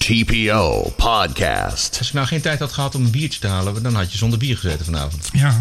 TPO Podcast. Als ik nou geen tijd had gehad om een biertje te halen, dan had je zonder bier gezeten vanavond. Ja.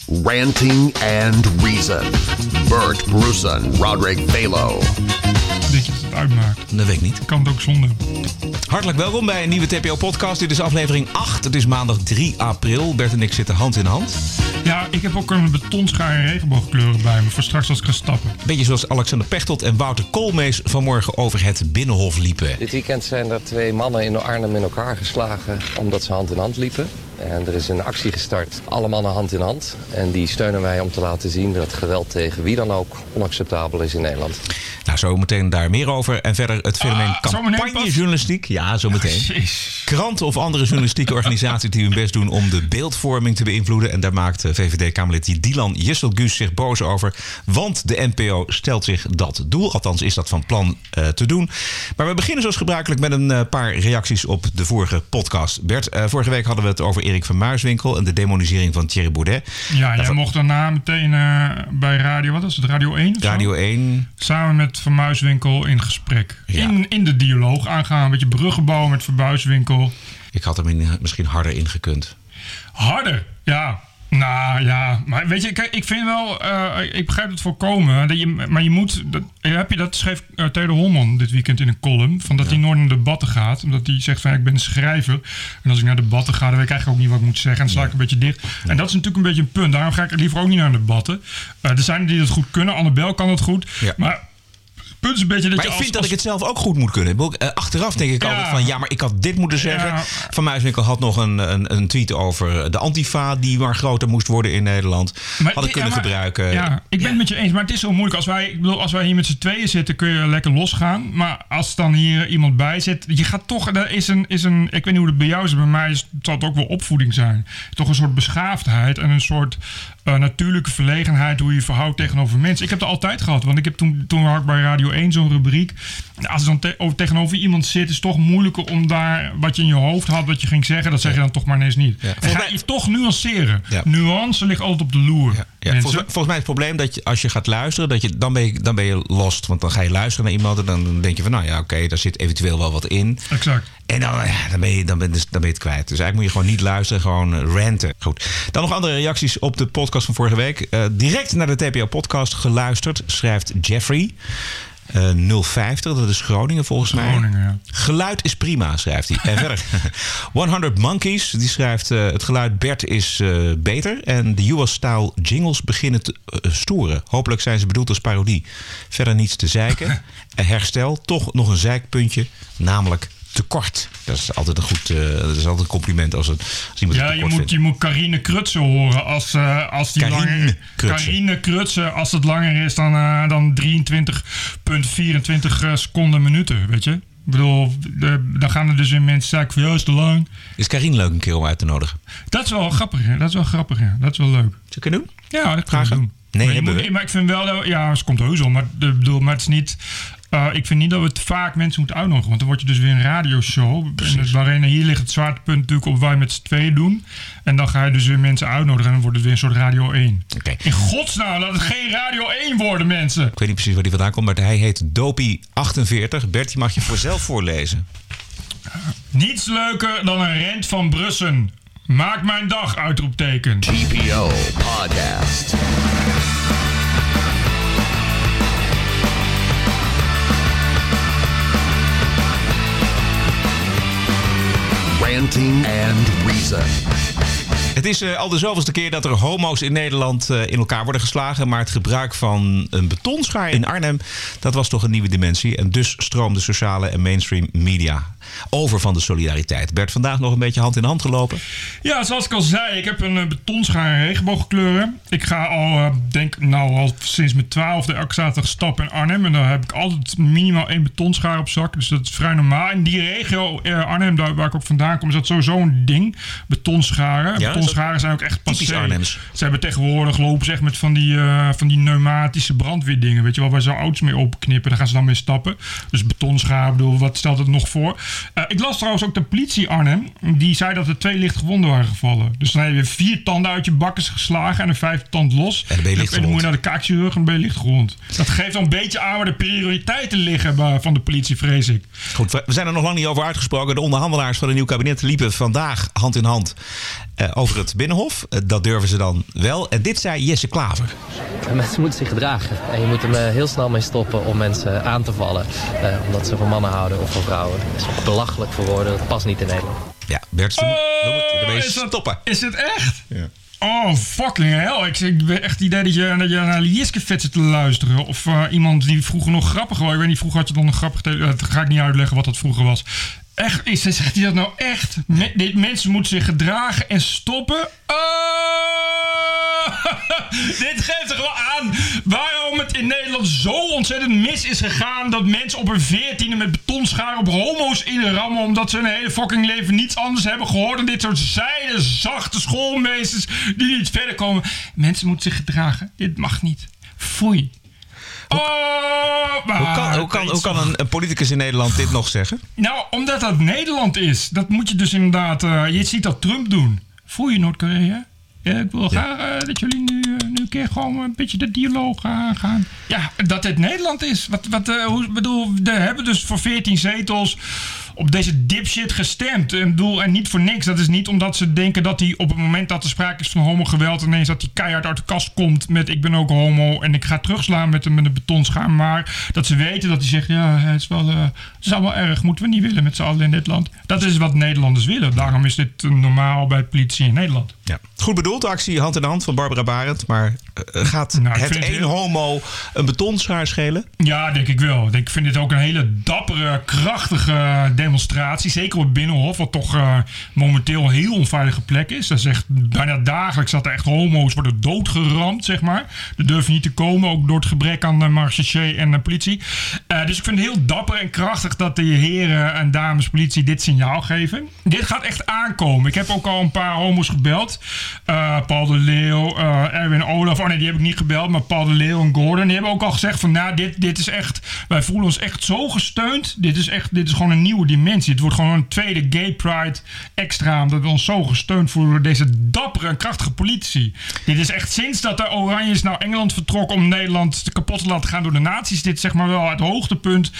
Ranting and Reason. Bert Brussen, Roderick Balo. Denk je dat het uitmaakt? Dat weet ik niet. Kan het ook zonder. Hartelijk welkom bij een nieuwe TPO-podcast. Dit is aflevering 8. Het is maandag 3 april. Bert en ik zitten hand in hand. Ja, ik heb ook een betonschaar en regenboogkleuren bij me voor straks als ik ga stappen. Beetje zoals Alexander Pechtold en Wouter Koolmees vanmorgen over het Binnenhof liepen. Dit weekend zijn er 2 mannen in Arnhem in elkaar geslagen omdat ze hand in hand liepen. En er is een actie gestart, alle mannen hand in hand. En die steunen wij om te laten zien dat geweld tegen wie dan ook onacceptabel is in Nederland. Nou, zo meteen daar meer over. En verder het fenomeen campagnejournalistiek. Ja, zo meteen. Kranten of andere journalistieke organisaties die hun best doen om de beeldvorming te beïnvloeden. En daar maakt VVD-Kamerlid Dylan Jesselgus zich boos over. Want de NPO stelt zich dat doel. Althans is dat van plan te doen. Maar we beginnen zoals gebruikelijk met een paar reacties op de vorige podcast. Bert, vorige week hadden we het over Erik van Muiswinkel en de demonisering van Thierry Baudet. Ja, jij mocht daarna meteen bij Radio, wat was het, Radio 1? Radio 1. Samen met Van Muiswinkel in gesprek. Ja. In de dialoog aangaan, een beetje bruggen bouwen met Van Muiswinkel. Ik had hem misschien harder ingekund. Harder? Ja. Nou ja, maar weet je, kijk, ik vind wel, ik begrijp het volkomen. Maar je moet, dat schreef Theodor Holman dit weekend in een column. Van dat hij nooit naar debatten gaat. Omdat hij zegt van ik ben een schrijver. En als ik naar debatten ga, dan weet ik eigenlijk ook niet wat ik moet zeggen. En dan sla ik een beetje dicht. En dat is natuurlijk een beetje een punt. Daarom ga ik liever ook niet naar debatten. Er zijn die dat goed kunnen. Annabel kan dat goed. Ja. Maar punt is een beetje dat maar ik vind dat ik het zelf ook goed moet kunnen. Achteraf denk ik altijd van ja, maar ik had dit moeten zeggen. Ja. Van Muiswinkel had nog een tweet over de Antifa die maar groter moest worden in Nederland. Had ik kunnen gebruiken. Ja, ik ben het met je eens, maar het is zo moeilijk. Als wij hier met z'n tweeën zitten, kun je lekker losgaan. Maar als dan hier iemand bij zit, je gaat toch, er is een ik weet niet hoe het bij jou is, bij mij zal het ook wel opvoeding zijn. Toch een soort beschaafdheid en een soort natuurlijke verlegenheid hoe je verhoudt tegenover mensen. Ik heb het altijd gehad, want ik heb toen had ik bij Radio 1 zo'n rubriek. Als er dan tegenover iemand zit, is het toch moeilijker om daar wat je in je hoofd had, wat je ging zeggen, dat zeg je dan toch maar ineens niet. Ja. En ga je toch nuanceren. Ja. Nuance ligt altijd op de loer. Ja. Volgens mij is het probleem dat je, als je gaat luisteren, dan ben je lost. Want dan ga je luisteren naar iemand en dan denk je van nou ja, oké, daar zit eventueel wel wat in. Exact. En dan ben je het kwijt. Dus eigenlijk moet je gewoon niet luisteren, gewoon ranten. Goed. Dan nog andere reacties op de podcast van vorige week. Direct naar de TPO-podcast geluisterd, schrijft Jeffrey. 050, dat is Groningen volgens mij. Ja. Geluid is prima, schrijft hij. En verder. 100 Monkeys, die schrijft het geluid Bert is beter. En de US-style jingles beginnen te storen. Hopelijk zijn ze bedoeld als parodie. Verder niets te zeiken. Herstel, toch nog een zeikpuntje. Namelijk tekort. Dat is altijd een compliment als iemand tekort vindt. Je moet Carine Krutse horen als die langer. Carine Krutse, als het langer is dan 23,24 seconden minuten, weet je? Ik bedoel, dan gaan er dus in mensen zeggen van ja, is te lang. Is Carine leuk een keer om uit te nodigen? Dat is wel grappig, hè? Dat is wel leuk. Zou je kunnen doen? Ja, dat kan ik doen. Nee, maar ik vind wel, ja, ze komt heus al, maar het is niet. Ik vind niet dat we het vaak mensen moeten uitnodigen. Want dan word je dus weer een radioshow. Waarin hier ligt het zwaartepunt natuurlijk op wij met z'n tweeën doen. En dan ga je dus weer mensen uitnodigen. En dan wordt het weer een soort Radio 1. Okay. In godsnaam, laat het geen Radio 1 worden, mensen. Ik weet niet precies waar die vandaan komt. Maar hij heet Dopie48. Bert, die mag je zelf voorlezen. Niets leuker dan een rent van Brussen. Maak mijn dag, uitroepteken. TPO Podcast. Ranting and Reason. Het is al de zoveelste keer dat er homo's in Nederland in elkaar worden geslagen. Maar het gebruik van een betonschaar in Arnhem, dat was toch een nieuwe dimensie. En dus stroomde sociale en mainstream media over van de solidariteit. Bert, vandaag nog een beetje hand in hand gelopen? Ja, zoals ik al zei, ik heb een betonschaar en regenboogkleuren. Ik ga al sinds mijn 12e elke zaterdag stappen in Arnhem. En dan heb ik altijd minimaal 1 betonschaar op zak. Dus dat is vrij normaal. In die regio Arnhem, waar ik ook vandaan kom, is dat sowieso een ding. Betonscharen. Ja, betonscharen zijn ook echt typisch Arnhems. Ze hebben tegenwoordig lopen ze echt met van die pneumatische brandweerdingen. Weet je wel, waar ze auto's mee openknippen. Daar gaan ze dan mee stappen. Dus betonscharen, bedoel, wat stelt het nog voor? Ik las trouwens ook de politie Arnhem. Die zei dat er 2 lichtgewonden waren gevallen. Dus dan heb je 4 tanden uit je bakkes geslagen en een 5e tand los. En dan moet je naar de kaakchirurg en dan ben je lichtgewond. Dat geeft dan een beetje aan waar de prioriteiten liggen van de politie, vrees ik. Goed, we zijn er nog lang niet over uitgesproken. De onderhandelaars van een nieuw kabinet liepen vandaag hand in hand over het Binnenhof. Dat durven ze dan wel. En dit zei Jesse Klaver. Mensen moeten zich gedragen. En je moet er heel snel mee stoppen om mensen aan te vallen. Omdat ze van mannen houden of van vrouwen. Dat is ook belachelijk voor woorden. Dat past niet in Nederland. Ja, Bert, we moeten ermee stoppen. Is het echt? Ja. Oh, fucking hell. Ik heb echt het idee dat je naar Lieskevet zit te luisteren. Of iemand die vroeger nog grappig was. Ik weet niet, vroeger had je dan nog grappig... Dat ga ik niet uitleggen wat dat vroeger was. Echt, zegt hij dat nou echt? Mensen moeten zich gedragen en stoppen? Dit geeft toch wel aan waarom het in Nederland zo ontzettend mis is gegaan... dat mensen op hun 14e met betonscharen op homo's inrammen... omdat ze hun hele fucking leven niets anders hebben gehoord... dan dit soort zijde, zachte schoolmeesters die niet verder komen. Mensen moeten zich gedragen. Dit mag niet. Foei. Hoe kan een politicus in Nederland dit nog zeggen? Nou, omdat dat Nederland is. Dat moet je dus inderdaad... je ziet dat Trump doen. Voel je Noord-Korea? Ik wil graag dat jullie nu een keer gewoon een beetje de dialoog aangaan. Ja, dat het Nederland is. We hebben dus voor 14 zetels op deze dipshit gestemd. En niet voor niks. Dat is niet omdat ze denken dat hij op het moment dat er sprake is van homogeweld... ineens dat hij keihard uit de kast komt met ik ben ook homo... en ik ga terugslaan met een betonschaar. Maar dat ze weten dat hij zegt... ja, het is allemaal erg. Moeten we niet willen met z'n allen in dit land. Dat is wat Nederlanders willen. Daarom is dit normaal bij de politie in Nederland. Ja. Goed bedoeld, de actie hand in hand van Barbara Barend. Maar gaat het één homo een betonschaar schelen? Ja, denk ik wel. Ik vind dit ook een hele dappere, krachtige demonstratie. Zeker op het Binnenhof, wat toch momenteel een heel onveilige plek is. Dat is echt bijna dagelijks dat er echt homo's worden doodgeramd, zeg maar. Er durven niet te komen, ook door het gebrek aan marechaussee en politie. Dus ik vind het heel dapper en krachtig dat de heren en dames politie dit signaal geven. Dit gaat echt aankomen. Ik heb ook al een paar homo's gebeld. Paul de Leeuw, Erwin Olaf. Oh nee, die heb ik niet gebeld. Maar Paul de Leeuw en Gordon. Die hebben ook al gezegd van... Nou, dit is echt... Wij voelen ons echt zo gesteund. Dit is gewoon een nieuwe dimensie. Het wordt gewoon een tweede gay pride extra. Omdat we ons zo gesteund voelen door deze dappere en krachtige politici. Dit is echt sinds dat de Oranjes naar Engeland vertrokken... om Nederland kapot te laten gaan door de nazi's. Dit zeg maar wel het hoogtepunt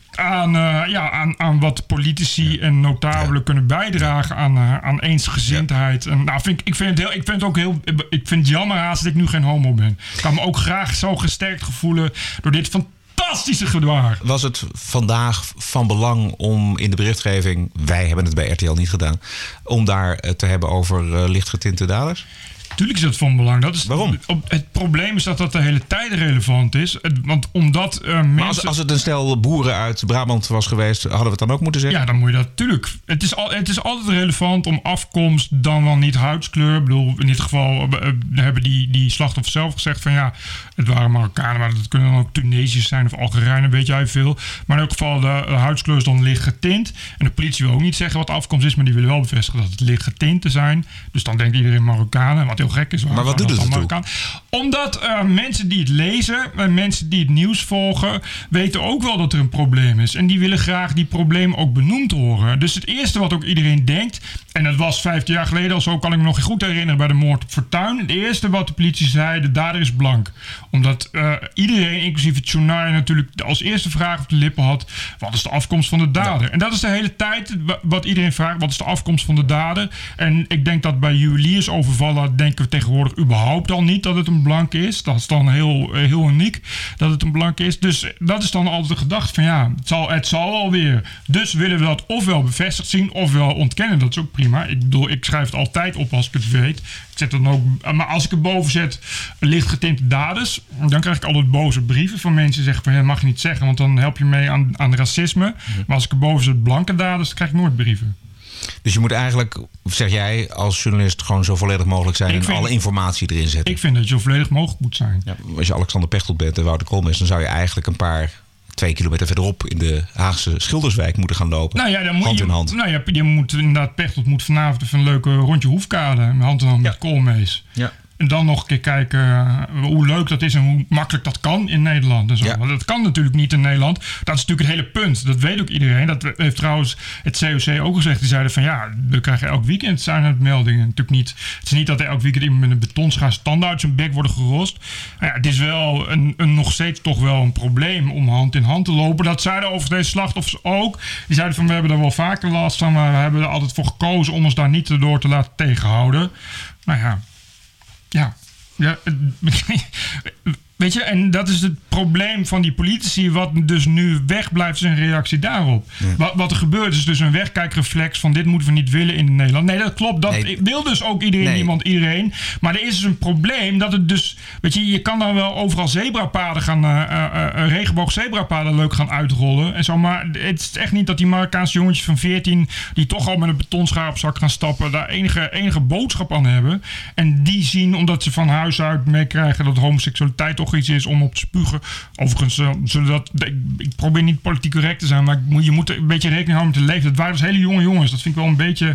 aan wat politici en notabelen kunnen bijdragen aan eensgezindheid. En, ik vind het jammer haast dat ik nu geen homo ben. Ik kan me ook graag zo gesterkt gevoelen door dit fantastische gedrag. Was het vandaag van belang om in de berichtgeving, wij hebben het bij RTL niet gedaan, om daar te hebben over lichtgetinte daders? Tuurlijk is dat van belang. Waarom? Het probleem is dat de hele tijd relevant is. Want omdat mensen... Maar als het een stel boeren uit Brabant was geweest... hadden we het dan ook moeten zeggen? Ja, dan moet je dat... Tuurlijk. Het is altijd relevant om afkomst dan wel niet huidskleur. Ik bedoel, in dit geval hebben die slachtoffers zelf gezegd van... ja, het waren Marokkanen, maar dat kunnen dan ook Tunesiërs zijn of Algerijnen, weet jij veel. Maar in elk geval, de huidskleur is dan licht getint. En de politie wil ook niet zeggen wat afkomst is... maar die willen wel bevestigen dat het licht getint te zijn. Dus dan denkt iedereen Marokkanen, wat heel gek is. Maar wat doet het ertoe? Omdat mensen die het lezen, mensen die het nieuws volgen, weten ook wel dat er een probleem is. En die willen graag die probleem ook benoemd horen. Dus het eerste wat ook iedereen denkt, en dat was 15 jaar geleden al zo, kan ik me nog goed herinneren bij de moord op Fortuyn. Het eerste wat de politie zei, de dader is blank. Omdat iedereen, inclusief het journaal, natuurlijk als eerste vraag op de lippen had, wat is de afkomst van de dader? Ja. En dat is de hele tijd wat iedereen vraagt, wat is de afkomst van de dader? En ik denk dat bij juweliersovervallen denken we tegenwoordig überhaupt al niet dat het een blank is. Dat is dan heel uniek dat het een blank is. Dus dat is dan altijd de gedachte van ja, het zal alweer. Dus willen we dat ofwel bevestigd zien ofwel ontkennen. Dat is ook prima. Ik bedoel, ik schrijf het altijd op als ik het weet. Ik zet dan ook, maar als ik erboven zet lichtgetinte daders, dan krijg ik altijd boze brieven van mensen die zeggen van dat mag je niet zeggen, want dan help je mee aan racisme. Maar als ik erboven zet blanke daders, dan krijg ik nooit brieven. Dus je moet eigenlijk, zeg jij, als journalist gewoon zo volledig mogelijk zijn en alle informatie erin zetten. Ik vind dat je zo volledig mogelijk moet zijn. Ja, als je Alexander Pechtold bent en Wouter Koolmees, dan zou je eigenlijk een paar 2 kilometer verderop in de Haagse Schilderswijk moeten gaan lopen. Nou ja, dan moet hand in hand. Nou ja, je moet inderdaad, Pechtold moet vanavond even een leuke rondje Hoefkade hand in hand met Koolmees. Ja. En dan nog een keer kijken hoe leuk dat is en hoe makkelijk dat kan in Nederland. En zo. Ja. Want dat kan natuurlijk niet in Nederland. Dat is natuurlijk het hele punt. Dat weet ook iedereen. Dat heeft trouwens het COC ook gezegd. Die zeiden van ja, we krijgen elk weekend zijn het meldingen. Natuurlijk niet. Het is niet dat er elk weekend iemand met een betonschaar tanden uit zijn bek worden gerost. Maar ja, het is wel nog steeds toch wel een probleem om hand in hand te lopen. Dat zeiden over deze slachtoffers ook. Die zeiden van we hebben er wel vaker last van. Maar we hebben er altijd voor gekozen om ons daar niet door te laten tegenhouden. Nou ja. Ja, weet je, en dat is het probleem van die politici. Wat dus nu wegblijft is een reactie daarop. Ja. Wat er gebeurt is dus een wegkijkreflex van dit moeten we niet willen in Nederland. Nee, dat klopt. Dat wil dus ook iedereen. Maar er is dus een probleem dat het dus... Weet je kan dan wel overal zebrapaden gaan... regenboogzebrapaden leuk gaan uitrollen en zo. Maar het is echt niet dat die Marokkaanse jongetjes van 14... die toch al met een betonschaar op zak gaan stappen... daar enige boodschap aan hebben. En die zien, omdat ze van huis uit meekrijgen... dat homoseksualiteit toch iets is om op te spugen. Overigens, ik probeer niet politiek correct te zijn... maar je moet een beetje rekening houden met de leeftijd. Het waren dus hele jonge jongens. Dat vind ik wel een beetje...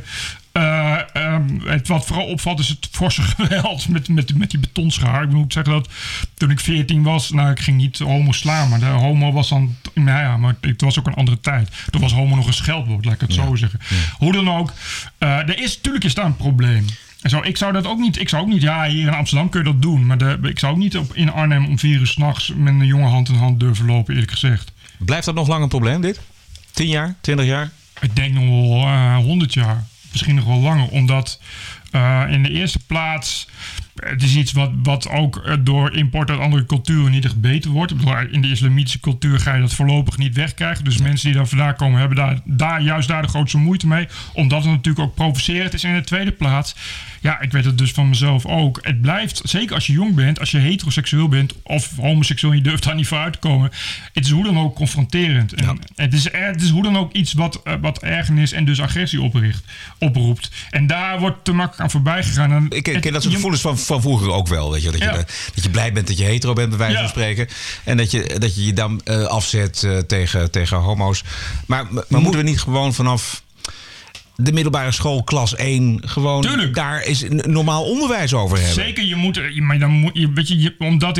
wat vooral opvalt is het forse geweld met die betonschaar. Ik moet zeggen dat toen ik 14 was... Nou, ik ging niet homo slaan, maar de homo was dan... Nou ja, maar het was ook een andere tijd. Toen was homo nog een scheldwoord, laat ik het zo zeggen. Ja. Hoe dan ook, natuurlijk is daar een probleem. En zo, ik zou ook niet, ja, hier in Amsterdam kun je dat doen. Maar ik zou ook niet in Arnhem om 4 uur 's nachts met een jonge hand in hand durven lopen, eerlijk gezegd. Blijft dat nog lang een probleem, dit? 10 jaar? 20 jaar? Ik denk nog wel 100 jaar. Misschien nog wel langer. Omdat in de eerste plaats... Het is iets wat ook door import uit andere culturen niet echt beter wordt. In de islamitische cultuur ga je dat voorlopig niet wegkrijgen. Dus mensen die daar vandaan komen hebben juist daar de grootste moeite mee. Omdat het natuurlijk ook provocerend is in de tweede plaats. Ja, ik weet het dus van mezelf ook. Het blijft, zeker als je jong bent, als je heteroseksueel bent of homoseksueel en je durft daar niet voor uit te komen. Het is hoe dan ook confronterend. En het is hoe dan ook iets wat ergernis en dus agressie oproept. En daar wordt te makkelijk aan voorbij gegaan. Ik ken dat soort gevoelens van vroeger ook wel. Weet je, dat je blij bent dat je hetero bent, bij wijze van spreken. En dat je dan afzet tegen homo's. Maar moeten we niet gewoon vanaf de middelbare school, klas 1, gewoon Tuurlijk. Daar is normaal onderwijs over hebben? Zeker, maar dan moet je, weet je, omdat ik...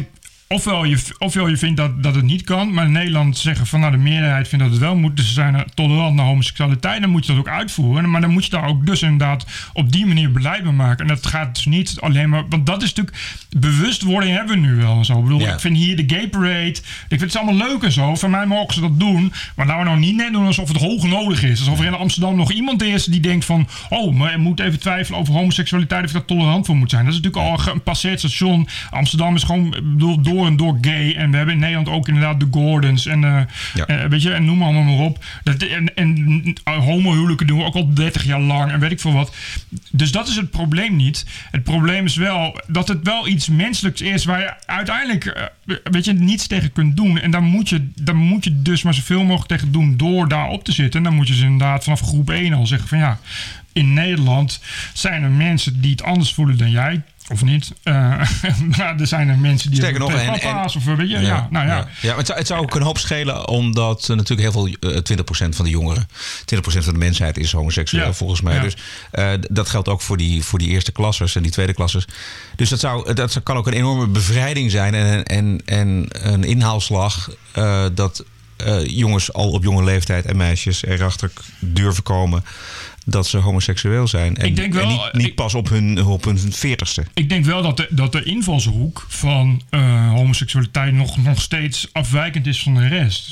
Ofwel je vindt dat het niet kan, maar in Nederland zeggen van de meerderheid vindt dat het wel moet. Dus ze zijn tolerant naar homoseksualiteit, dan moet je dat ook uitvoeren. Maar dan moet je daar ook dus inderdaad op die manier beleid mee maken. En dat gaat dus niet alleen maar, want dat is natuurlijk, bewustwording hebben we nu wel en zo. Ik bedoel, Ik vind hier de gay parade, ik vind het allemaal leuk en zo. Van mij mogen ze dat doen, maar laten we nou niet net doen alsof het hoog nodig is. Alsof er in Amsterdam nog iemand is die denkt van, maar je moet even twijfelen over homoseksualiteit of je daar tolerant voor moet zijn. Dat is natuurlijk al een passeerd station. Amsterdam is gewoon, door en door gay. En we hebben in Nederland ook inderdaad de Gordons. En weet je, en noem allemaal maar op. En homohuwelijken doen we ook al 30 jaar lang. En weet ik veel wat. Dus dat is het probleem niet. Het probleem is wel dat het wel iets menselijks is waar je uiteindelijk niets tegen kunt doen. En daar moet je dus maar zoveel mogelijk tegen doen door daar op te zitten. En dan moet je ze inderdaad vanaf groep 1 al zeggen van ja, in Nederland zijn er mensen die het anders voelen dan jij. Of niet. Maar er zijn er mensen die... Sterker nog, maar het zou ook een hoop schelen, omdat natuurlijk heel veel, 20% van de jongeren, 20% van de mensheid is homoseksueel, volgens mij. Ja. Dus dat geldt ook voor die eerste klassers en die tweede klassers. Dus dat kan ook een enorme bevrijding zijn en een inhaalslag dat jongens al op jonge leeftijd en meisjes erachter durven komen dat ze homoseksueel zijn. En niet pas op hun 40ste. Ik denk wel dat de invalshoek van homoseksualiteit nog steeds afwijkend is van de rest.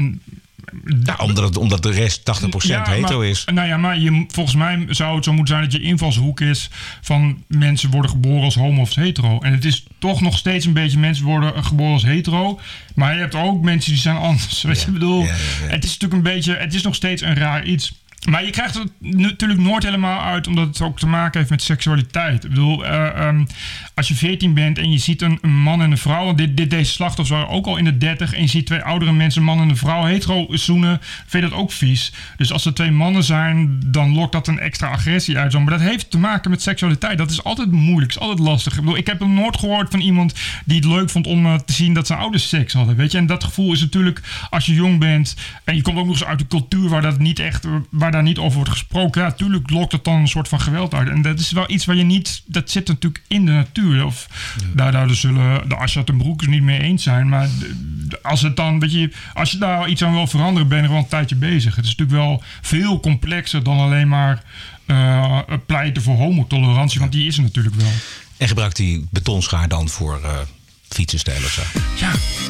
Omdat de rest 80% hetero is. Nou ja, maar volgens mij zou het zo moeten zijn dat je invalshoek is van mensen worden geboren als homo of hetero. En het is toch nog steeds een beetje mensen worden geboren als hetero. Maar je hebt ook mensen die zijn anders. Weet je, ik bedoel, het is natuurlijk een beetje, het is nog steeds een raar iets. Maar je krijgt het natuurlijk nooit helemaal uit, omdat het ook te maken heeft met seksualiteit. Ik bedoel, als je 14 bent en je ziet een man en een vrouw, want deze slachtoffers waren ook al in de 30, en je ziet 2 oudere mensen, een man en een vrouw, hetero zoenen, vind je dat ook vies. Dus als er 2 mannen zijn, dan lokt dat een extra agressie uit. Maar dat heeft te maken met seksualiteit. Dat is altijd moeilijk, is altijd lastig. Ik bedoel, ik heb nog nooit gehoord van iemand die het leuk vond om te zien dat zijn ouders seks hadden, weet je. En dat gevoel is natuurlijk, als je jong bent en je komt ook nog eens uit een cultuur waar daar niet over wordt gesproken, ja, natuurlijk lokt het dan een soort van geweld uit. En dat is wel iets waar je niet, dat zit natuurlijk in de natuur. Of daar zullen de Aschat en Broekers niet mee eens zijn. Maar als het dan, weet je, als je daar iets aan wil veranderen, ben je er wel een tijdje bezig. Het is natuurlijk wel veel complexer dan alleen maar pleiten voor homotolerantie, want die is er natuurlijk wel. En gebruikt die betonschaar dan voor fietsenstijl of zo? Ja.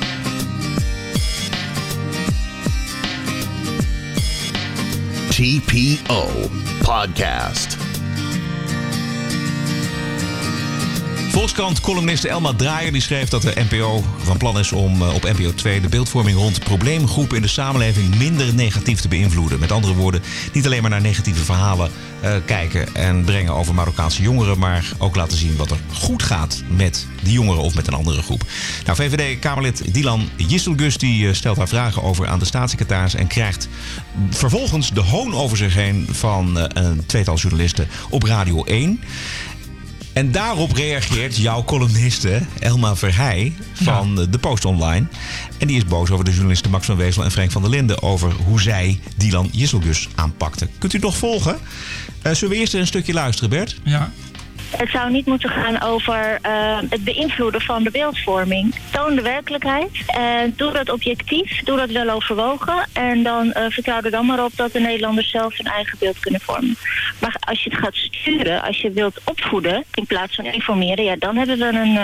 TPO Podcast. Volkskrant-columniste Elma Draaier die schreef dat de NPO van plan is om op NPO 2 de beeldvorming rond probleemgroepen in de samenleving minder negatief te beïnvloeden. Met andere woorden, niet alleen maar naar negatieve verhalen kijken en brengen over Marokkaanse jongeren, maar ook laten zien wat er goed gaat met die jongeren of met een andere groep. Nou, VVD-Kamerlid Dilan Yildiz die stelt haar vragen over aan de staatssecretaris en krijgt vervolgens de hoon over zich heen van een 2-tal journalisten op Radio 1. En daarop reageert jouw columniste Elma Verheij van de Post Online. En die is boos over de journalisten Max van Wezel en Frank van der Linden over hoe zij Dilan Yildiz aanpakten. Kunt u nog volgen? Zullen we eerst een stukje luisteren, Bert? Ja. Het zou niet moeten gaan over het beïnvloeden van de beeldvorming. Toon de werkelijkheid. Doe dat objectief. Doe dat wel overwogen. En dan vertrouw er dan maar op dat de Nederlanders zelf hun eigen beeld kunnen vormen. Maar als je het gaat sturen, als je wilt opvoeden in plaats van informeren, ja, dan hebben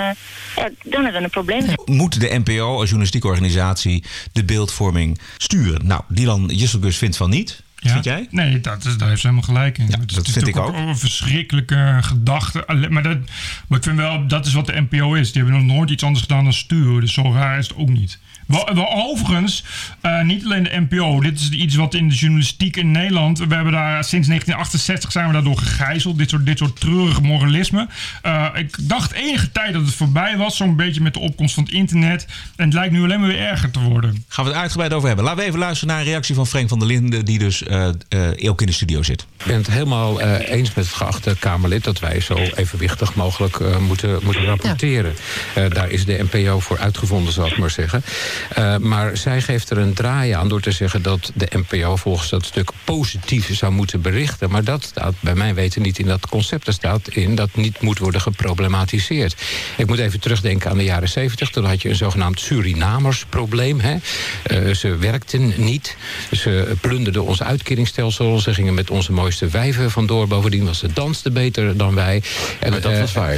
we een probleem. Moet de NPO als journalistieke organisatie de beeldvorming sturen? Nou, Dilan Yildiz vindt van niet. Ja? Vind jij? Nee, daar heeft ze helemaal gelijk in. Ja, het is vind ik ook. Een verschrikkelijke gedachte. Maar ik vind wel, dat is wat de NPO is. Die hebben nog nooit iets anders gedaan dan sturen. Dus zo raar is het ook niet. Wel, overigens, niet alleen de NPO. Dit is iets wat in de journalistiek in Nederland. We hebben daar sinds 1968 zijn we daardoor gegijzeld. Dit soort treurig moralisme. Ik dacht enige tijd dat het voorbij was. Zo'n beetje met de opkomst van het internet. En het lijkt nu alleen maar weer erger te worden. Gaan we het uitgebreid over hebben. Laten we even luisteren naar een reactie van Frank van der Linden, die dus ook in de studio zit. Ik ben het helemaal eens met het geachte Kamerlid dat wij zo evenwichtig mogelijk moeten rapporteren. Ja. Daar is de NPO voor uitgevonden, zal ik maar zeggen. Maar zij geeft er een draai aan door te zeggen dat de NPO volgens dat stuk positief zou moeten berichten. Maar dat staat bij mijn weten niet in dat concept. Er staat in dat niet moet worden geproblematiseerd. Ik moet even terugdenken aan de jaren 70. Toen had je een zogenaamd Surinamersprobleem. Ze werkten niet. Ze plunderden ons uitkeringsstelsel. Ze gingen met onze mooiste wijven vandoor. Bovendien was de danste beter dan wij. En dat was waar.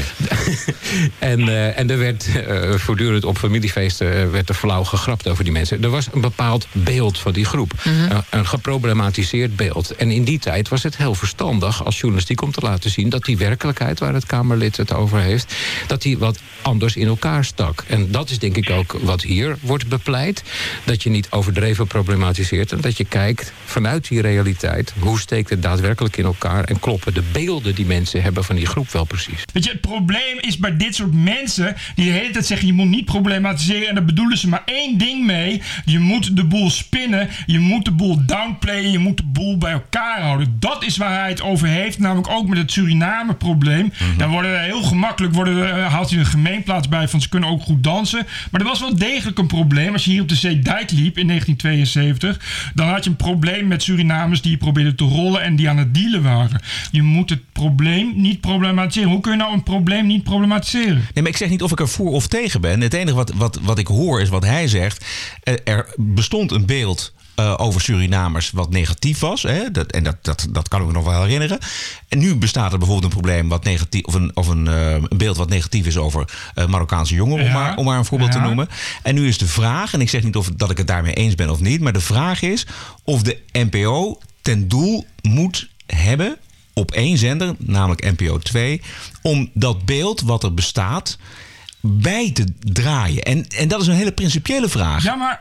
En er werd voortdurend op familiefeesten werd er flauw gegrapt over die mensen. Er was een bepaald beeld van die groep. Mm-hmm. Een geproblematiseerd beeld. En in die tijd was het heel verstandig als journalistiek om te laten zien dat die werkelijkheid waar het Kamerlid het over heeft, dat die wat anders in elkaar stak. En dat is denk ik ook wat hier wordt bepleit. Dat je niet overdreven problematiseert en dat je kijkt vanuit die realiteit, hoe steekt het daadwerkelijk in elkaar en kloppen de beelden die mensen hebben van die groep wel precies. Weet je, het probleem is bij dit soort mensen die de hele tijd zeggen je moet niet problematiseren en daar bedoelen ze maar één ding mee. Je moet de boel spinnen, je moet de boel downplayen, je moet de boel bij elkaar houden. Dat is waar hij het over heeft, namelijk ook met het Suriname-probleem. Mm-hmm. Dan worden er heel gemakkelijk, haalt hij een gemeenplaats bij van ze kunnen ook goed dansen. Maar er was wel degelijk een probleem. Als je hier op de Zeedijk liep in 1972, dan had je een probleem met Surinamers die je probeerden te rollen en die aan het dealen waren. Je moet het probleem niet problematiseren. Hoe kun je nou een probleem niet problematiseren? Nee, maar ik zeg niet of ik er voor of tegen ben. Het enige wat ik hoor is wat hij zegt. Er bestond een beeld over Surinamers wat negatief was. Hè? Dat kan ik me nog wel herinneren. En nu bestaat er bijvoorbeeld een probleem wat negatief, of een beeld wat negatief is over Marokkaanse jongeren, om maar een voorbeeld te noemen. En nu is de vraag, en ik zeg niet dat ik het daarmee eens ben of niet, maar de vraag is of de NPO ten doel moet hebben op één zender, namelijk NPO 2, om dat beeld wat er bestaat bij te draaien. En dat is een hele principiële vraag. Ja, maar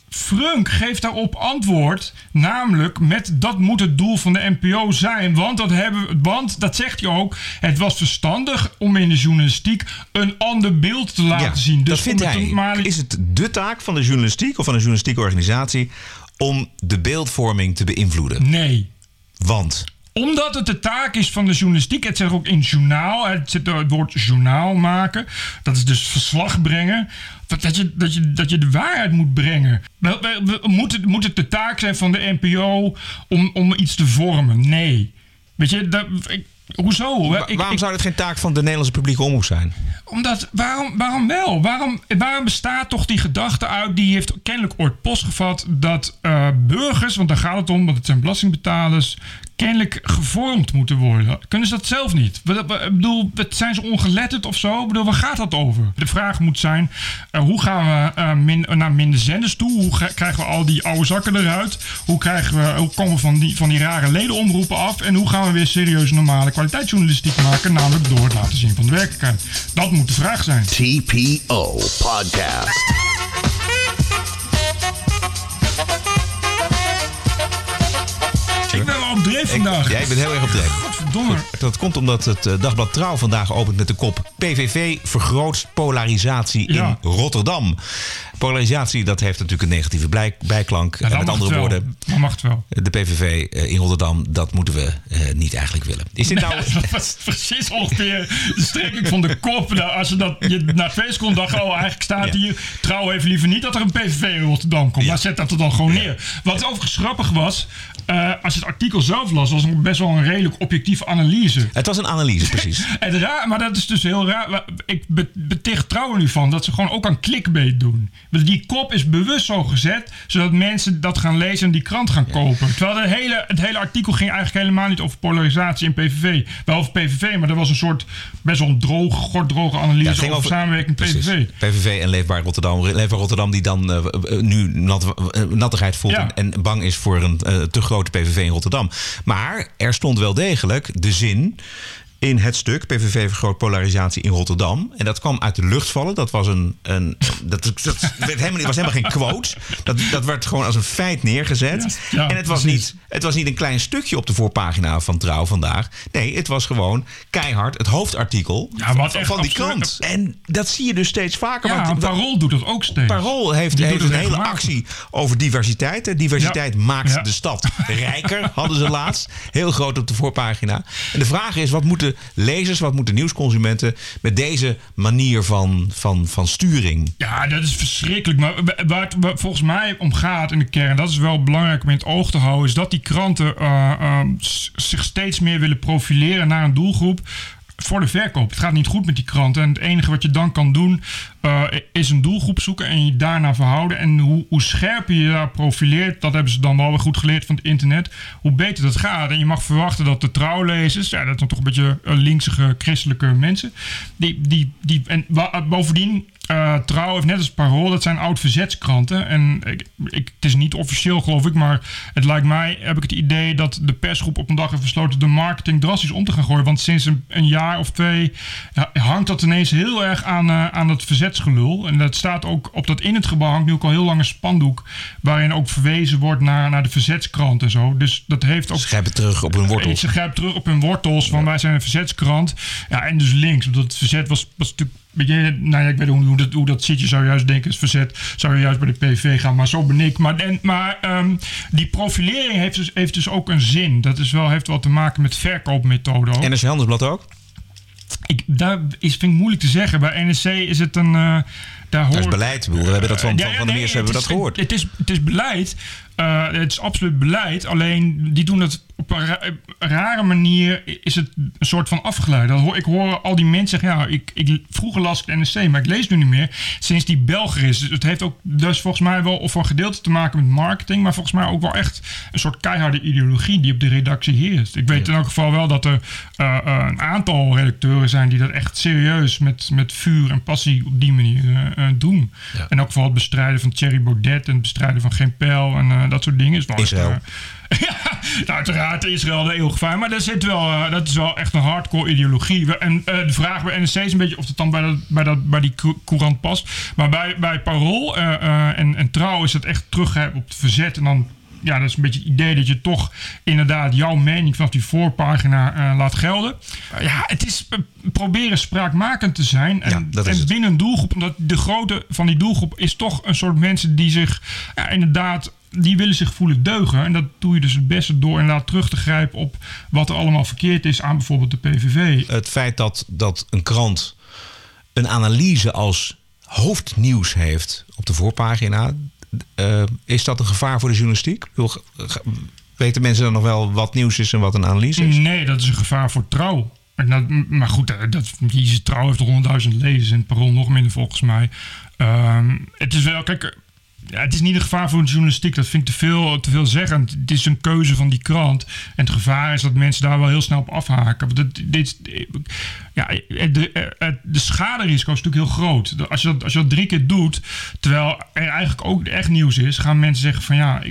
Frunk geeft daarop antwoord, namelijk met dat moet het doel van de NPO zijn. Want dat zegt hij ook, het was verstandig om in de journalistiek een ander beeld te laten zien. Dus dat vindt hij. Is het de taak van de journalistiek of van een journalistieke organisatie om de beeldvorming te beïnvloeden? Nee. Want? Omdat het de taak is van de journalistiek. Het zit ook in journaal. Het zit het woord journaal maken. Dat is dus verslag brengen. Dat je de waarheid moet brengen. Moet het de taak zijn van de NPO om iets te vormen? Nee. Weet je, hoezo? Waarom zou het geen taak van de Nederlandse publieke omroep zijn? Omdat, waarom wel? Waarom bestaat toch die gedachte uit, die heeft kennelijk ooit postgevat, dat burgers, want daar gaat het om, want het zijn belastingbetalers, kennelijk gevormd moeten worden. Kunnen ze dat zelf niet? Ik bedoel, zijn ze ongeletterd of zo? Ik bedoel, waar gaat dat over? De vraag moet zijn, hoe gaan we naar minder zenders toe? Hoe krijgen we al die oude zakken eruit? Hoe komen we van die rare ledenomroepen af? En hoe gaan we weer serieus normale kwaliteitsjournalistiek maken? Namelijk door het laten zien van de werkelijkheid. Dat moet de vraag zijn. TPO Podcast. Ik ben wel op dreef vandaag. Jij bent heel erg op dreef. Godverdomme. Dat komt omdat het dagblad Trouw vandaag opent met de kop PVV vergroot polarisatie in Rotterdam. Polarisatie, dat heeft natuurlijk een negatieve bijklank. Ja, met andere woorden, dat mag het wel. De PVV in Rotterdam, dat moeten we niet eigenlijk willen. Is dit nou... Dat was precies ongeveer de strekking van de kop. Als je na 2 seconden dacht, eigenlijk staat hier, Trouw heeft liever niet dat er een PVV in Rotterdam komt. Maar zet dat er dan gewoon neer. Wat overigens grappig was, als je het artikel zelf las, was het best wel een redelijk objectieve analyse. Het was een analyse, precies. Maar dat is dus heel raar. Ik beticht Trouw er nu van dat ze gewoon ook aan clickbait doen. Die kop is bewust zo gezet, zodat mensen dat gaan lezen en die krant gaan kopen. Terwijl het hele artikel ging eigenlijk helemaal niet over polarisatie in PVV. Wel over PVV, maar dat was een soort best wel een droge analyse over samenwerking PVV. PVV en Leefbaar Rotterdam die dan nu nattigheid voelt en bang is voor een te grote PVV in Rotterdam. Maar er stond wel degelijk de zin in het stuk PVV vergroot polarisatie in Rotterdam. En dat kwam uit de lucht vallen. Dat was dat was helemaal geen quote. Dat werd gewoon als een feit neergezet. Ja, en het was niet een klein stukje op de voorpagina van Trouw vandaag. Nee, het was gewoon keihard het hoofdartikel van die krant. En dat zie je dus steeds vaker. Ja, Parool doet dat ook steeds. Parool heeft een hele actie over diversiteit. Diversiteit maakt de stad rijker, hadden ze laatst. Heel groot op de voorpagina. En de vraag is, wat moeten lezers, wat moeten nieuwsconsumenten met deze manier van sturing? Ja, dat is verschrikkelijk. Maar waar het volgens mij om gaat in de kern, dat is wel belangrijk om in het oog te houden, is dat die kranten zich steeds meer willen profileren naar een doelgroep voor de verkoop. Het gaat niet goed met die kranten. En het enige wat je dan kan doen is een doelgroep zoeken en je daarna verhouden. En hoe scherper je daar profileert, dat hebben ze dan wel weer goed geleerd van het internet, hoe beter dat gaat. En je mag verwachten dat de Trouwlezers, dat zijn toch een beetje linksige christelijke mensen, en bovendien, Trouw heeft net als Parool, dat zijn oud-verzetskranten. En het is niet officieel, geloof ik, maar het lijkt mij, heb ik het idee dat de persgroep op een dag heeft besloten de marketing drastisch om te gaan gooien. Want sinds een jaar of 2 hangt dat ineens heel erg aan dat verzetsgelul. En dat staat ook op dat in het gebouw hangt nu ook al heel lang een spandoek waarin ook verwezen wordt naar de verzetskrant en zo. Dus dat heeft ook... Ze grijpen terug op hun wortels. Ze grijpen terug op hun wortels, van wij zijn een verzetskrant. Ja, en dus links, omdat het verzet was natuurlijk... ik weet hoe dat zit. Je zou juist denken, het verzet zou je juist bij de PVV gaan. Maar zo ben ik. Maar die profilering heeft dus ook een zin. Dat heeft wel te maken met verkoopmethoden ook. NRC Handelsblad ook? Vind ik moeilijk te zeggen. Bij NRC is het een... Dat is beleid. We hebben dat van de Meers hebben we dat gehoord. Het is beleid. Het is absoluut beleid. Alleen die doen het op een rare manier. Is het een soort van afgeleid. Ik hoor al die mensen zeggen, vroeger las ik de NRC, maar ik lees nu niet meer. Sinds die Belger is. Het heeft ook dus volgens mij wel voor een gedeelte te maken met marketing, maar volgens mij ook wel echt een soort keiharde ideologie die op de redactie heerst. Ik weet in elk geval wel dat er een aantal redacteuren zijn die dat echt serieus met vuur en passie op die manier doen. Ja. En ook vooral het bestrijden van Thierry Baudet en het bestrijden van Geen Pijl en dat soort dingen. Israël. Ja, uiteraard Israël de eeuwige gevaar. Maar daar zit wel, dat is wel echt een hardcore ideologie. En de vraag bij NRC is een beetje of het dan bij die courant past. Maar bij Parool en Trouw is het echt teruggrijpen op het verzet. En dan, ja, dat is een beetje het idee dat je toch inderdaad jouw mening vanaf die voorpagina laat gelden. Ja, het is proberen spraakmakend te zijn. En binnen een doelgroep, omdat de grootte van die doelgroep is toch een soort mensen die zich inderdaad, die willen zich voelen deugen. En dat doe je dus het beste door inderdaad terug te grijpen op wat er allemaal verkeerd is aan bijvoorbeeld de PVV. Het feit dat een krant een analyse als hoofdnieuws heeft op de voorpagina, is dat een gevaar voor de journalistiek? Weten mensen dan nog wel wat nieuws is en wat een analyse is? Nee, dat is een gevaar voor Trouw. Maar goed, die Trouw heeft 100.000 lezers en Parool nog minder volgens mij. Het is wel, kijk, het is niet een gevaar voor de journalistiek. Dat vind ik te veel zeggend. Het is een keuze van die krant. En het gevaar is dat mensen daar wel heel snel op afhaken. De schaderisico is natuurlijk heel groot. Als je dat 3 keer doet, terwijl er eigenlijk ook echt nieuws is, gaan mensen zeggen van ja,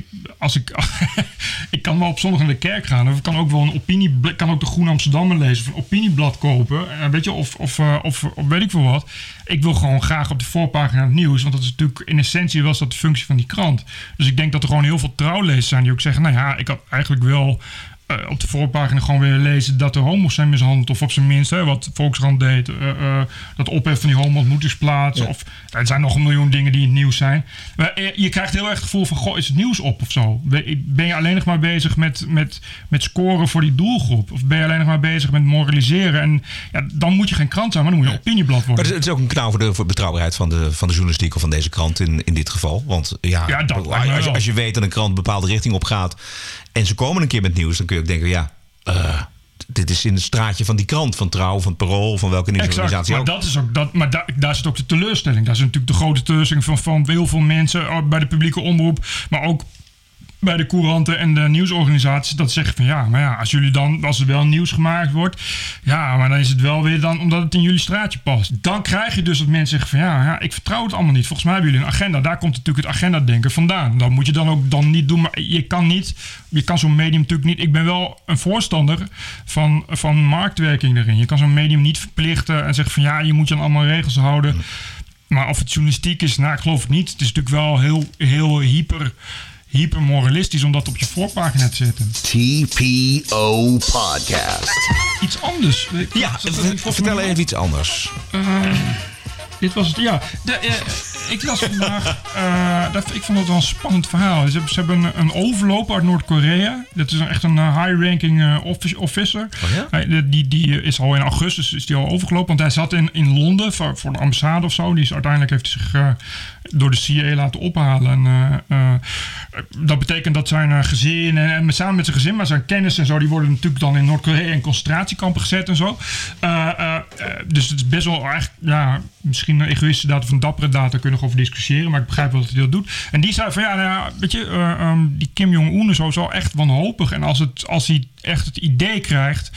ik kan wel op zondag naar de kerk gaan. Of ik kan ook wel kan ook de Groene Amsterdammer lezen of een opinieblad kopen. Weet je, of weet ik veel wat. Ik wil gewoon graag op de voorpagina het nieuws. Want dat is natuurlijk in essentie was dat de functie van die krant. Dus ik denk dat er gewoon heel veel trouwlezers zijn die ook zeggen, nou ja, ik had eigenlijk wel op de voorpagina gewoon weer lezen dat er homo's zijn mishandeld. Of op zijn minst, wat Volkskrant deed. Dat ophef van die homo-ontmoetingsplaats. Ja. Of er zijn nog 1 miljoen dingen die in het nieuws zijn. Maar je krijgt heel erg het gevoel van, goh, is het nieuws op of zo? Ben je alleen nog maar bezig met scoren voor die doelgroep? Of ben je alleen nog maar bezig met moraliseren? En ja, dan moet je geen krant zijn, maar dan moet je opinieblad worden. Maar het is ook een knauw voor de betrouwbaarheid van de journalistiek of van deze krant in dit geval. Want als je weet dat een krant een bepaalde richting op gaat en ze komen een keer met nieuws, dan kun je ook denken, dit is in het straatje van die krant, van Trouw, van Parool, van welke nieuwsorganisatie ook. Maar dat is ook daar zit ook de teleurstelling. Daar is natuurlijk de grote teleurstelling van heel veel mensen bij de publieke omroep, maar ook bij de couranten en de nieuwsorganisaties, dat zeggen van ja, maar ja, als er wel nieuws gemaakt wordt, ja, maar dan is het wel weer dan omdat het in jullie straatje past. Dan krijg je dus dat mensen zeggen van ja, ik vertrouw het allemaal niet. Volgens mij hebben jullie een agenda. Daar komt natuurlijk het agenda-denken vandaan. Dat moet je dan ook niet doen, maar je kan zo'n medium natuurlijk niet. Ik ben wel een voorstander van marktwerking erin. Je kan zo'n medium niet verplichten en zeggen van ja, je moet je aan allemaal regels houden. Maar of het journalistiek is, ik geloof het niet. Het is natuurlijk wel heel hypermoralistisch om dat op je voorpagina te zetten. TPO Podcast. Iets anders. Vertel even iets anders. Dit was het, ja. Ik las vandaag, ik vond het wel een spannend verhaal. Ze hebben een overloper uit Noord-Korea. Dat is echt een high-ranking officer. Oh ja? Die is al in augustus is die al overgelopen. Want hij zat in Londen voor de ambassade of zo. Uiteindelijk heeft hij zich door de CIA laten ophalen. En, dat betekent dat zijn gezin en samen met zijn gezin, maar zijn kennis en zo, die worden natuurlijk dan in Noord-Korea in concentratiekampen gezet en zo. Dus het is best wel eigenlijk, misschien een egoïstische daad of een dappere daad, daar kunnen we over discussiëren, maar ik begrijp wel dat hij dat doet. En die zei van weet je, die Kim Jong-un is sowieso echt wanhopig. En als hij echt het idee krijgt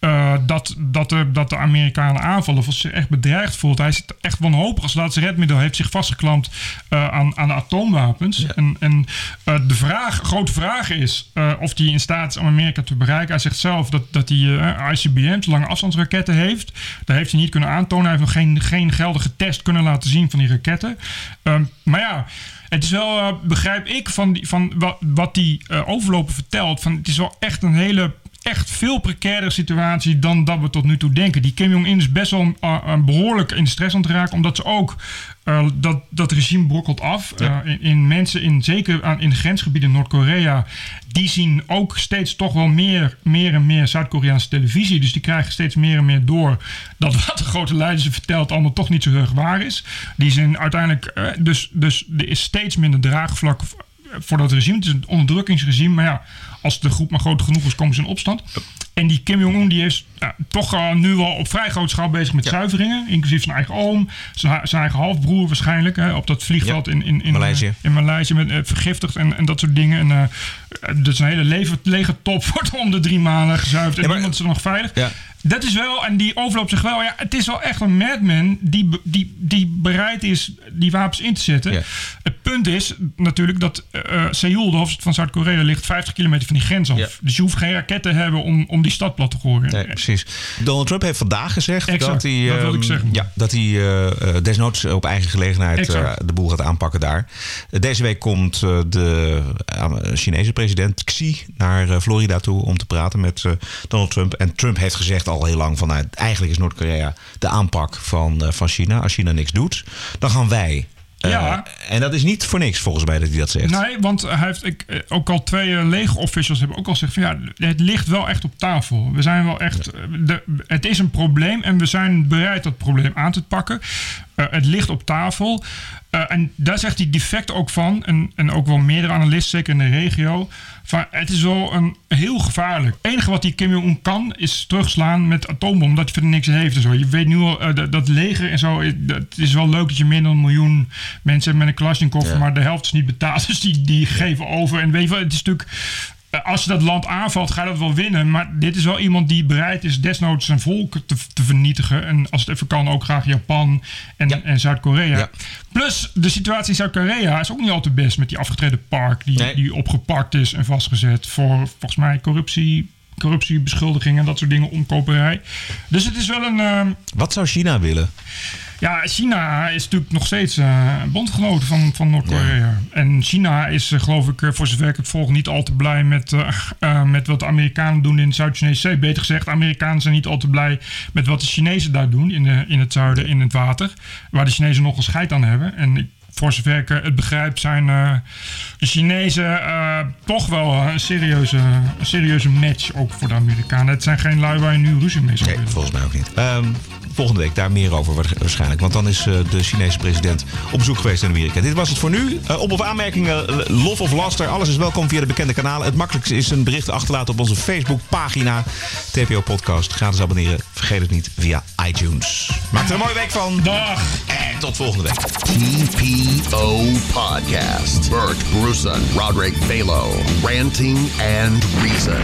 dat de Amerikanen aanvallen, of als ze zich echt bedreigd voelt. Hij is echt wanhopig. Als laatste redmiddel heeft zich vastgeklampt aan de atoomwapens. Ja. En de grote vraag is of hij in staat is om Amerika te bereiken. Hij zegt zelf dat hij ICBM's, lange afstandsraketten heeft. Daar heeft hij niet kunnen aantonen. Hij heeft nog geen geldige test kunnen laten zien van die raketten. Maar ja, het is wel, begrijp ik, van wat die overloper vertelt. Het is wel echt een echt veel precairder situatie dan dat we tot nu toe denken. Die Kim Jong-un is best wel behoorlijk in de stress aan het raken, omdat ze ook dat regime brokkelt af. Ja. Zeker in de grensgebieden in Noord-Korea, die zien ook steeds toch wel meer en meer Zuid-Koreaanse televisie. Dus die krijgen steeds meer en meer door dat wat de grote leider ze vertelt allemaal toch niet zo heel erg waar is. Die zijn uiteindelijk, dus er is steeds minder draagvlak voor dat regime. Het is een onderdrukkingsregime, maar ja, als de groep maar groot genoeg is, komen ze in opstand. En die Kim Jong-un die is toch nu wel op vrij grote schaal bezig met zuiveringen. Inclusief zijn eigen oom, zijn eigen halfbroer waarschijnlijk. Op dat vliegveld in Maleisië met vergiftigd en dat soort dingen. En dus een hele legertop wordt om de 3 maanden gezuiverd. En niemand is er nog veilig. Ja. Dat is wel, en die overloopt zich wel. Ja, het is wel echt een madman die bereid is die wapens in te zetten. Ja. Het punt is natuurlijk dat Seoul, de hoofdstad van Zuid-Korea, ligt 50 kilometer van die grens af. Ja. Dus je hoeft geen raketten te hebben om die stad plat te gooien. Nee, precies. Donald Trump heeft vandaag gezegd dat hij, dat wil ik zeggen. Ja, dat hij desnoods op eigen gelegenheid de boel gaat aanpakken daar. Deze week komt de Chinese president Xi naar Florida toe om te praten met Donald Trump. En Trump heeft gezegd al heel lang van eigenlijk is Noord-Korea de aanpak van China. Als China niks doet, dan gaan wij. En dat is niet voor niks volgens mij dat hij dat zegt. Nee, want hij heeft ook al 2 legerofficials hebben ook al gezegd van het ligt wel echt op tafel. We zijn wel echt. Het is een probleem en we zijn bereid dat probleem aan te pakken. Het ligt op tafel. En daar zegt hij defect ook van. En ook wel meerdere analisten, zeker in de regio. Van, het is wel heel gevaarlijk. Het enige wat die Kim Jong-un kan, is terugslaan met atoombom. Omdat hij verder niks heeft en zo. Je weet nu al, dat leger en zo. Het is wel leuk dat je meer dan 1 miljoen mensen hebt met een Kalashnikov. Maar de helft is niet betaald. Dus die geven over. En weet je wel, het is natuurlijk. Als je dat land aanvalt, ga je dat wel winnen. Maar dit is wel iemand die bereid is desnoods zijn volk te vernietigen. En als het even kan, ook graag Japan en Zuid-Korea. Ja. Plus, de situatie in Zuid-Korea is ook niet al te best met die afgetreden Park. Die opgepakt is en vastgezet voor volgens mij corruptiebeschuldigingen en dat soort dingen, omkoperij. Dus het is wel een. Wat zou China willen? Ja, China is natuurlijk nog steeds bondgenoot van Noord-Korea. Ja. En China is, geloof ik, voor zover ik het volg, niet al te blij met wat de Amerikanen doen in de Zuid-Chinese Zee. Beter gezegd, de Amerikanen zijn niet al te blij met wat de Chinezen daar doen in het zuiden, in het water. Waar de Chinezen nog een scheid aan hebben. En voor zover ik het begrijp zijn de Chinezen toch wel een serieuze match ook voor de Amerikanen. Het zijn geen lui waar je nu ruzie mee zou willen. Nee, volgens mij ook niet. Volgende week daar meer over waarschijnlijk. Want dan is de Chinese president op bezoek geweest in Amerika. Dit was het voor nu. Op of aanmerkingen, lof of laster. Alles is welkom via de bekende kanalen. Het makkelijkste is een bericht achterlaten op onze Facebookpagina. TPO Podcast. Gratis abonneren. Vergeet het niet via iTunes. Maak er een mooie week van. Dag. En tot volgende week. TPO Podcast. Bert Brussen, Roderick Balo. Ranting and Reason.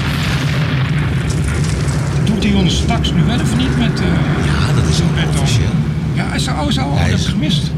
Doet hij ons straks nu wel of niet met. Ja, dat is ook officieel. Ja, hij zou dat gemist.